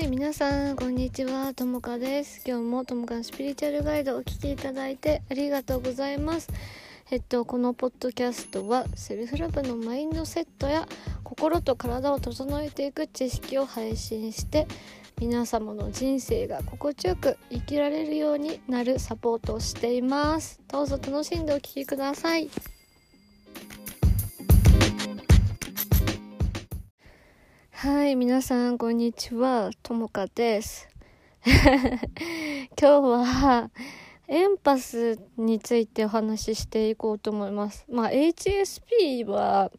い、皆さんこんにちは、ともかです。今日もともかのスピリチュアルガイドをお聞きいただいてありがとうございます。このポッドキャストはセルフラブのマインドセットや心と体を整えていく知識を配信して、皆様の人生が心地よく生きられるようになるサポートをしています。どうぞ楽しんでお聞きください。はい、皆さんこんにちは、ともかです。今日はエンパスについてお話ししていこうと思います。HSP は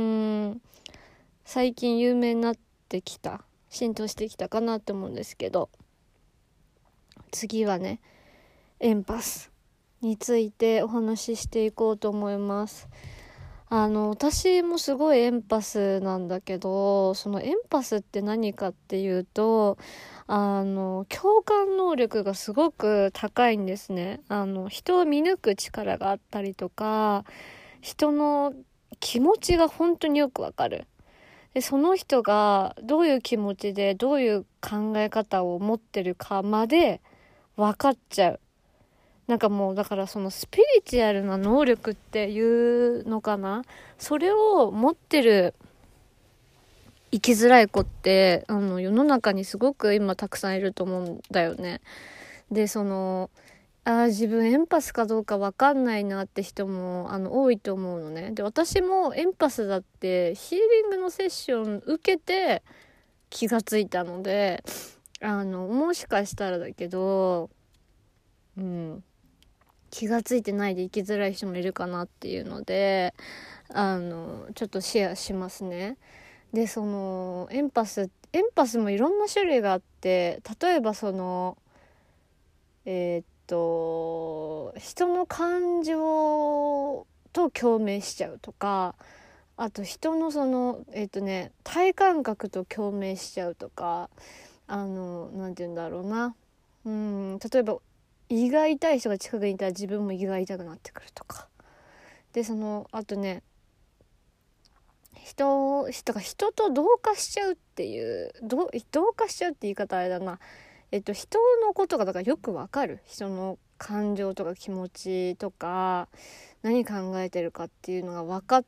最近有名になってきた、浸透してきたかなと思うんですけど、次はね、エンパスについてお話ししていこうと思います。私もすごいエンパスなんだけど、そのエンパスって何かっていうと、共感能力がすごく高いんですね。人を見抜く力があったりとか、人の気持ちが本当によくわかる。で、その人がどういう気持ちでどういう考え方を持ってるかまで分かっちゃう。なんかもうだからそのスピリチュアルな能力っていうのかな、それを持ってる生きづらい子って世の中にすごく今たくさんいると思うんだよね。で、自分エンパスかどうか分かんないなって人も多いと思うのね。で、私もエンパスだってヒーリングのセッション受けて気がついたので、もしかしたらだけど気がついてないで生きづらい人もいるかなっていうので、ちょっとシェアしますね。で、エンパスもいろんな種類があって、例えば人の感情と共鳴しちゃうとか、あと人の体感覚と共鳴しちゃうとか、なんて言うんだろうな、例えば胃が痛い人が近くにいたら自分も胃が痛くなってくるとかで、あとね、人と同化しちゃうっていう同化しちゃうって言い方あれだな。人のことがだからよくわかる。人の感情とか気持ちとか何考えてるかっていうのが分かって、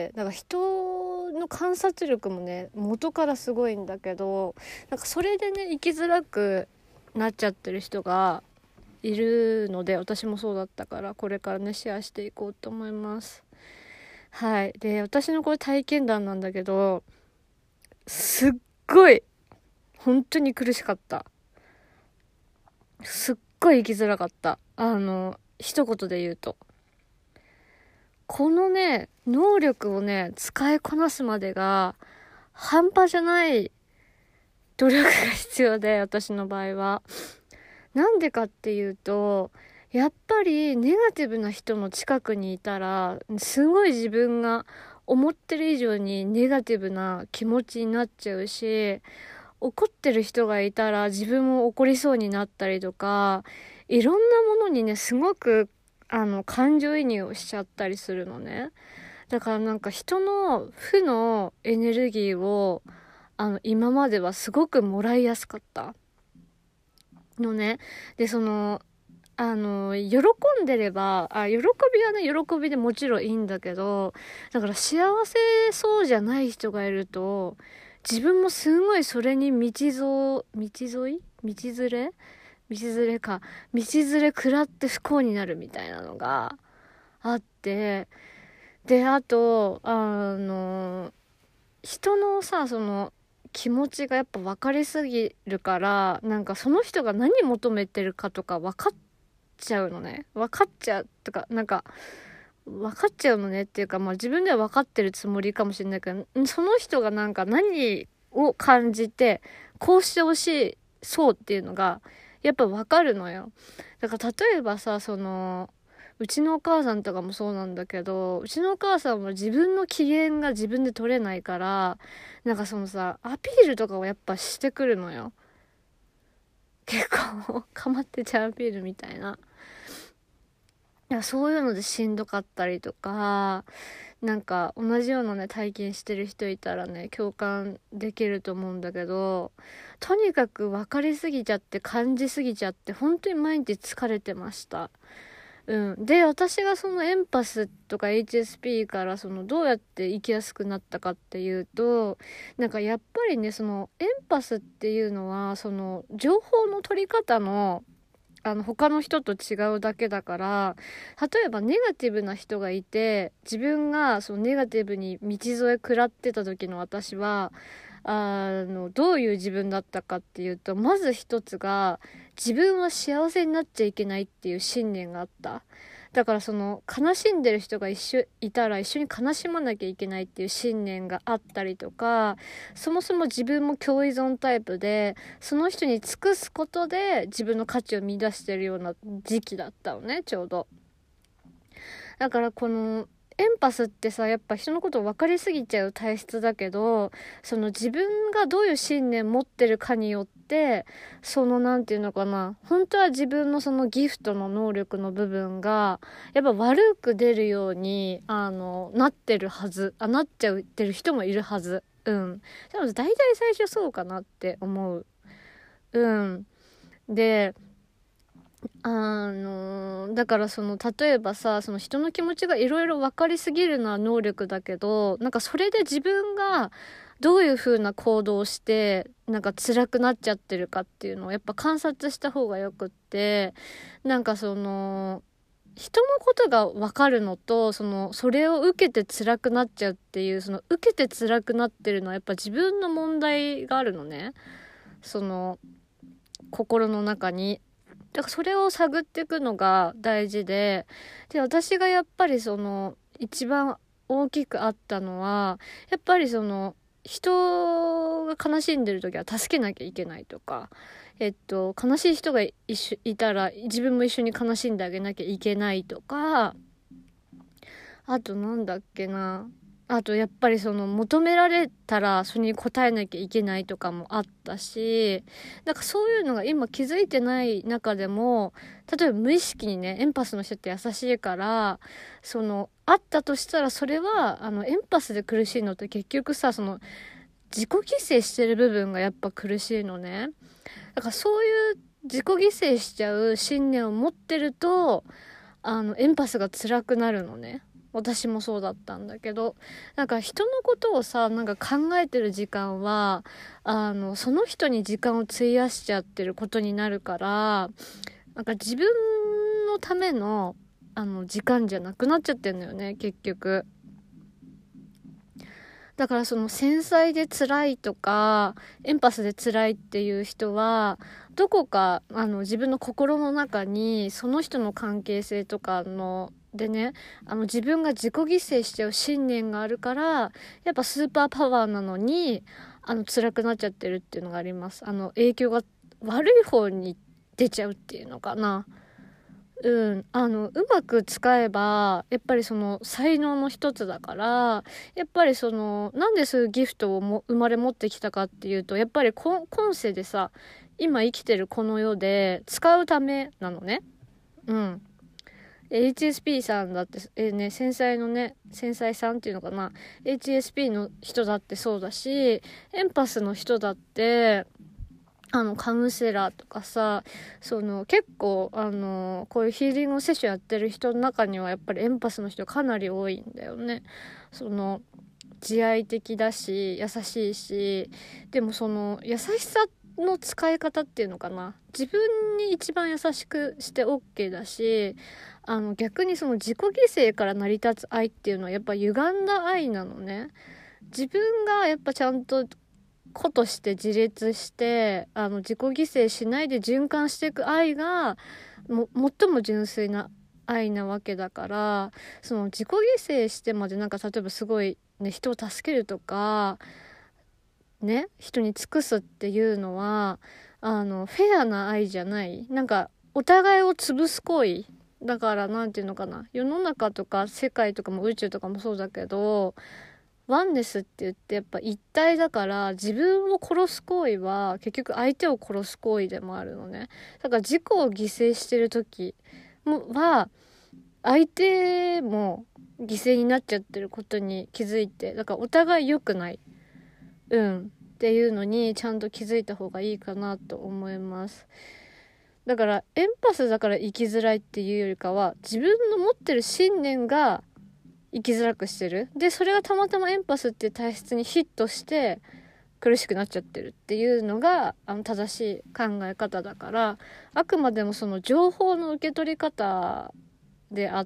だから人の観察力もね元からすごいんだけど、なんかそれでね生きづらくなっちゃってる人がいるので、私もそうだったから、これからねシェアしていこうと思います。はい。で、私のこれ体験談なんだけど、すっごい本当に苦しかった。すっごい生きづらかった。一言で言うと、このね能力をね使いこなすまでが半端じゃない努力が必要で、私の場合はなんでかっていうと、やっぱりネガティブな人の近くにいたら、すごい自分が思ってる以上にネガティブな気持ちになっちゃうし、怒ってる人がいたら自分も怒りそうになったりとか、いろんなものにねすごく感情移入をしちゃったりするのね。だからなんか人の負のエネルギーを今まではすごくもらいやすかったのね。で、喜んでれば、喜びはね、喜びでもちろんいいんだけど、だから幸せそうじゃない人がいると、自分もすごいそれに道連れ食らって不幸になるみたいなのがあって、で、あと、人のさ、気持ちがやっぱ分かりすぎるから、なんかその人が何求めてるかとか分かっちゃうのね。分かっちゃうとか、なんか分かっちゃうのねっていうか、自分では分かってるつもりかもしれないけど、その人がなんか何を感じてこうしてほしいそうっていうのがやっぱ分かるのよ。だから例えばさ、うちのお母さんとかもそうなんだけど、うちのお母さんも自分の機嫌が自分で取れないから、なんかアピールとかをやっぱしてくるのよ。結構かまってちゃうアピールみたいな。いや、そういうのでしんどかったりとか、 なんか同じようなね体験してる人いたらね共感できると思うんだけど、とにかく分かりすぎちゃって感じすぎちゃって本当に毎日疲れてました。で、私がそのエンパスとか HSP からそのどうやって生きやすくなったかっていうと、なんかやっぱりね、そのエンパスっていうのはその情報の取り方の他の人と違うだけだから、例えばネガティブな人がいて自分がそのネガティブに道添え食らってた時の私はどういう自分だったかっていうと、まず一つが自分は幸せになっちゃいけないっていう信念があった。だからその悲しんでる人がいたら一緒に悲しまなきゃいけないっていう信念があったりとか、そもそも自分も共依存タイプでその人に尽くすことで自分の価値を見出してるような時期だったのね、ちょうど。だからこのエンパスってさ、やっぱ人のことを分かりすぎちゃう体質だけど、その自分がどういう信念持ってるかによって、そのなんていうのかな、本当は自分のそのギフトの能力の部分がやっぱ悪く出るようになってるはず、なっちゃってる人もいるはず。でも大体最初そうかなって思う。で、だからその例えばさ、その人の気持ちがいろいろ分かりすぎるのは能力だけど、なんかそれで自分がどういう風な行動をしてなんか辛くなっちゃってるかっていうのをやっぱ観察した方がよくって、なんかその人のことが分かるのと、それを受けて辛くなっちゃうっていう、その受けて辛くなってるのはやっぱ自分の問題があるのね、その心の中に。だからそれを探っていくのが大事で、私がやっぱりその一番大きくあったのは、やっぱりその人が悲しんでる時は助けなきゃいけないとか、悲しい人がいたら自分も一緒に悲しんであげなきゃいけないとか、あとなんだっけな、あとやっぱりその求められたらそれに応えなきゃいけないとかもあったし、なんかそういうのが今気づいてない中でも、例えば無意識にね、エンパスの人って優しいから、そのあったとしたらそれはエンパスで苦しいのって結局さ、その自己犠牲してる部分がやっぱ苦しいのね。だからそういう自己犠牲しちゃう信念を持ってるとエンパスが辛くなるのね。私もそうだったんだけど、なんか人のことをさ、なんか考えてる時間はその人に時間を費やしちゃってることになるから、なんか自分のための時間じゃなくなっちゃってんのよね、結局。だからその繊細で辛いとかエンパスで辛いっていう人は、どこか自分の心の中にその人の関係性とかのでね、自分が自己犠牲しちゃう信念があるから、やっぱスーパーパワーなのに辛くなっちゃってるっていうのがあります。影響が悪い方に出ちゃうっていうのかな。うまく使えばやっぱりその才能の一つだから、やっぱりそのなんでそういうギフトを生まれ持ってきたかっていうと、やっぱり今世でさ、今生きてるこの世で使うためなのね。HSP さんだって、繊細のね、繊細さんっていうのかな、 HSP の人だってそうだし、エンパスの人だってカウンセラーとかさ、結構こういうヒーリングセッションやってる人の中にはやっぱりエンパスの人かなり多いんだよね。慈愛的だし優しいし、でもその優しさの使い方っていうのかな、自分に一番優しくして OK だし、逆にその自己犠牲から成り立つ愛っていうのはやっぱ歪んだ愛なのね。自分がやっぱちゃんと子として自立して自己犠牲しないで循環していく愛が最も純粋な愛なわけだから、その自己犠牲してまでなんか例えばすごいね、人を助けるとかね、人に尽くすっていうのはフェアな愛じゃない。なんかお互いを潰す行為だから、なんていうのかな、世の中とか世界とかも宇宙とかもそうだけど、ワンネスって言ってやっぱ一体だから、自分を殺す行為は結局相手を殺す行為でもあるのね。だから自己を犠牲してる時は相手も犠牲になっちゃってることに気づいて、だからお互い良くないっていうのにちゃんと気づいた方がいいかなと思います。だからエンパスだから生きづらいっていうよりかは、自分の持ってる信念が生きづらくしてる。でそれがたまたまエンパスっていう体質にヒットして苦しくなっちゃってるっていうのが正しい考え方だから、あくまでもその情報の受け取り方であって、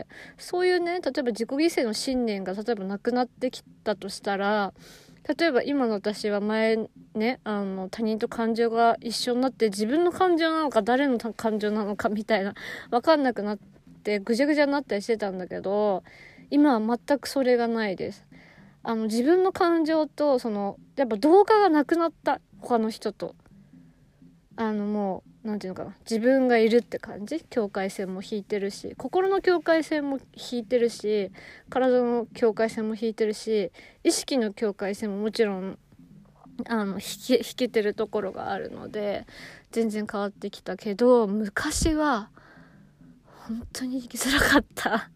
そういうね、例えば自己犠牲の信念が例えばなくなってきたとしたら、例えば今の私は前ね、他人と感情が一緒になって、自分の感情なのか誰の感情なのかみたいな分かんなくなってぐちゃぐちゃになったりしてたんだけど、今は全くそれがないです。自分の感情とやっぱ同化がなくなった。他の人ともうなんていうのかな、自分がいるって感じ。境界線も引いてるし、心の境界線も引いてるし、体の境界線も引いてるし、意識の境界線ももちろん引けてるところがあるので、全然変わってきたけど、昔は本当に生きづらかった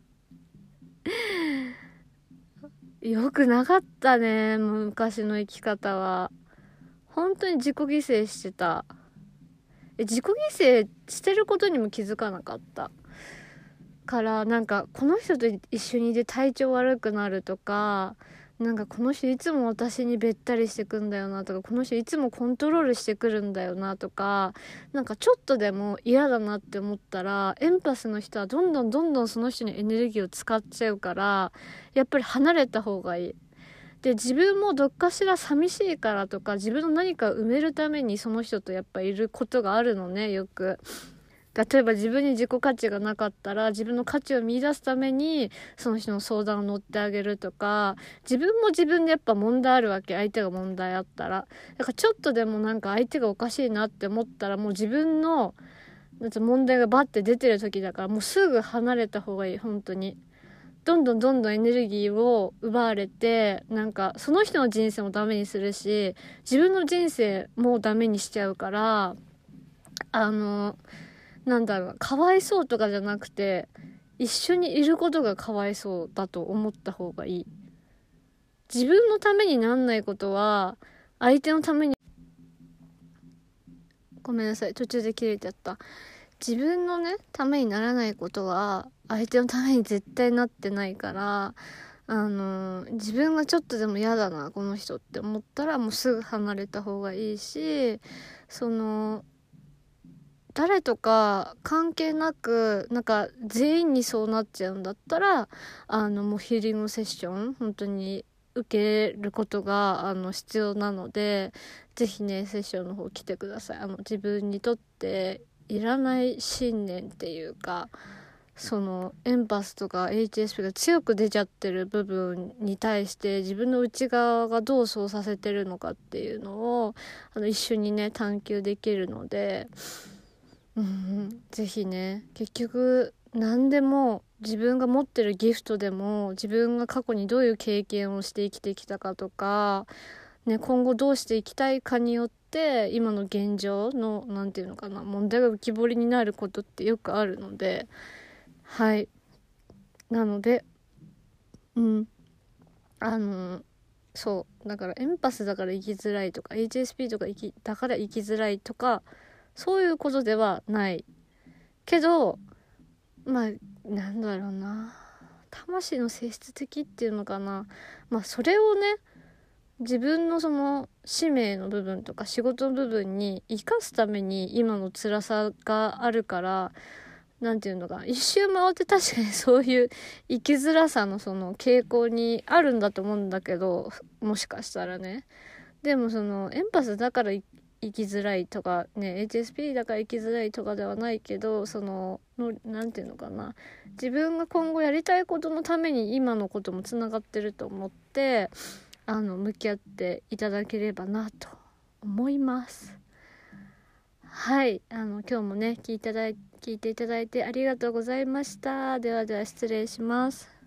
よくなかったね、昔の生き方は。本当に自己犠牲してた。自己犠牲してることにも気づかなかったから、なんかこの人と一緒にいて体調悪くなるとか、なんかこの人いつも私にべったりしてくんだよなとか、この人いつもコントロールしてくるんだよなとか、なんかちょっとでも嫌だなって思ったら、エンパスの人はどんどんその人にエネルギーを使っちゃうから、やっぱり離れた方がいい。で自分もどっかしら寂しいからとか、自分の何かを埋めるためにその人とやっぱいることがあるのね、よく。例えば自分に自己価値がなかったら、自分の価値を見出すためにその人の相談を乗ってあげるとか、自分も自分でやっぱ問題あるわけ、相手が問題あったら。だからちょっとでもなんか相手がおかしいなって思ったら、もう自分の問題がバッて出てる時だから、もうすぐ離れた方がいい。本当にどんどんエネルギーを奪われて、なんかその人の人生もダメにするし、自分の人生もダメにしちゃうから、なんだろう、かわいそうとかじゃなくて、一緒にいることがかわいそうだと思った方がいい。自分のためになんないことは相手のために、ごめんなさい、途中で切れちゃった。自分のねためにならないことは相手のために絶対なってないから、自分がちょっとでも嫌だなこの人って思ったら、もうすぐ離れた方がいいし、誰とか関係なく、なんか全員にそうなっちゃうんだったら、もうヒーリングセッション本当に受けることが必要なので、ぜひねセッションの方来てください。自分にとっていらない信念っていうか、エンパスとか HSP が強く出ちゃってる部分に対して自分の内側がどうそうさせてるのかっていうのを一緒にね探求できるので、ぜひね、結局何でも自分が持ってるギフトでも、自分が過去にどういう経験をして生きてきたかとか、ね、今後どうしていきたいかによって今の現状のなんていうのかな、問題が浮き彫りになることってよくあるので、はい、なのでそうだからエンパスだから生きづらいとか HSP とかだから生きづらいとか、そういうことではないけど、なんだろうな、魂の性質的っていうのかな、それをね自分の使命の部分とか仕事の部分に生かすために今の辛さがあるから、なんていうのか、一周回って確かにそういう生きづらさの傾向にあるんだと思うんだけど、もしかしたらね。でもエンパスだから生きづらいとかね、 HSP だから生きづらいとかではないけど、なんていうのかな、自分が今後やりたいことのために今のこともつながってると思って向き合っていただければなと思います。はい、今日もね聞いていただいてありがとうございました。では失礼します。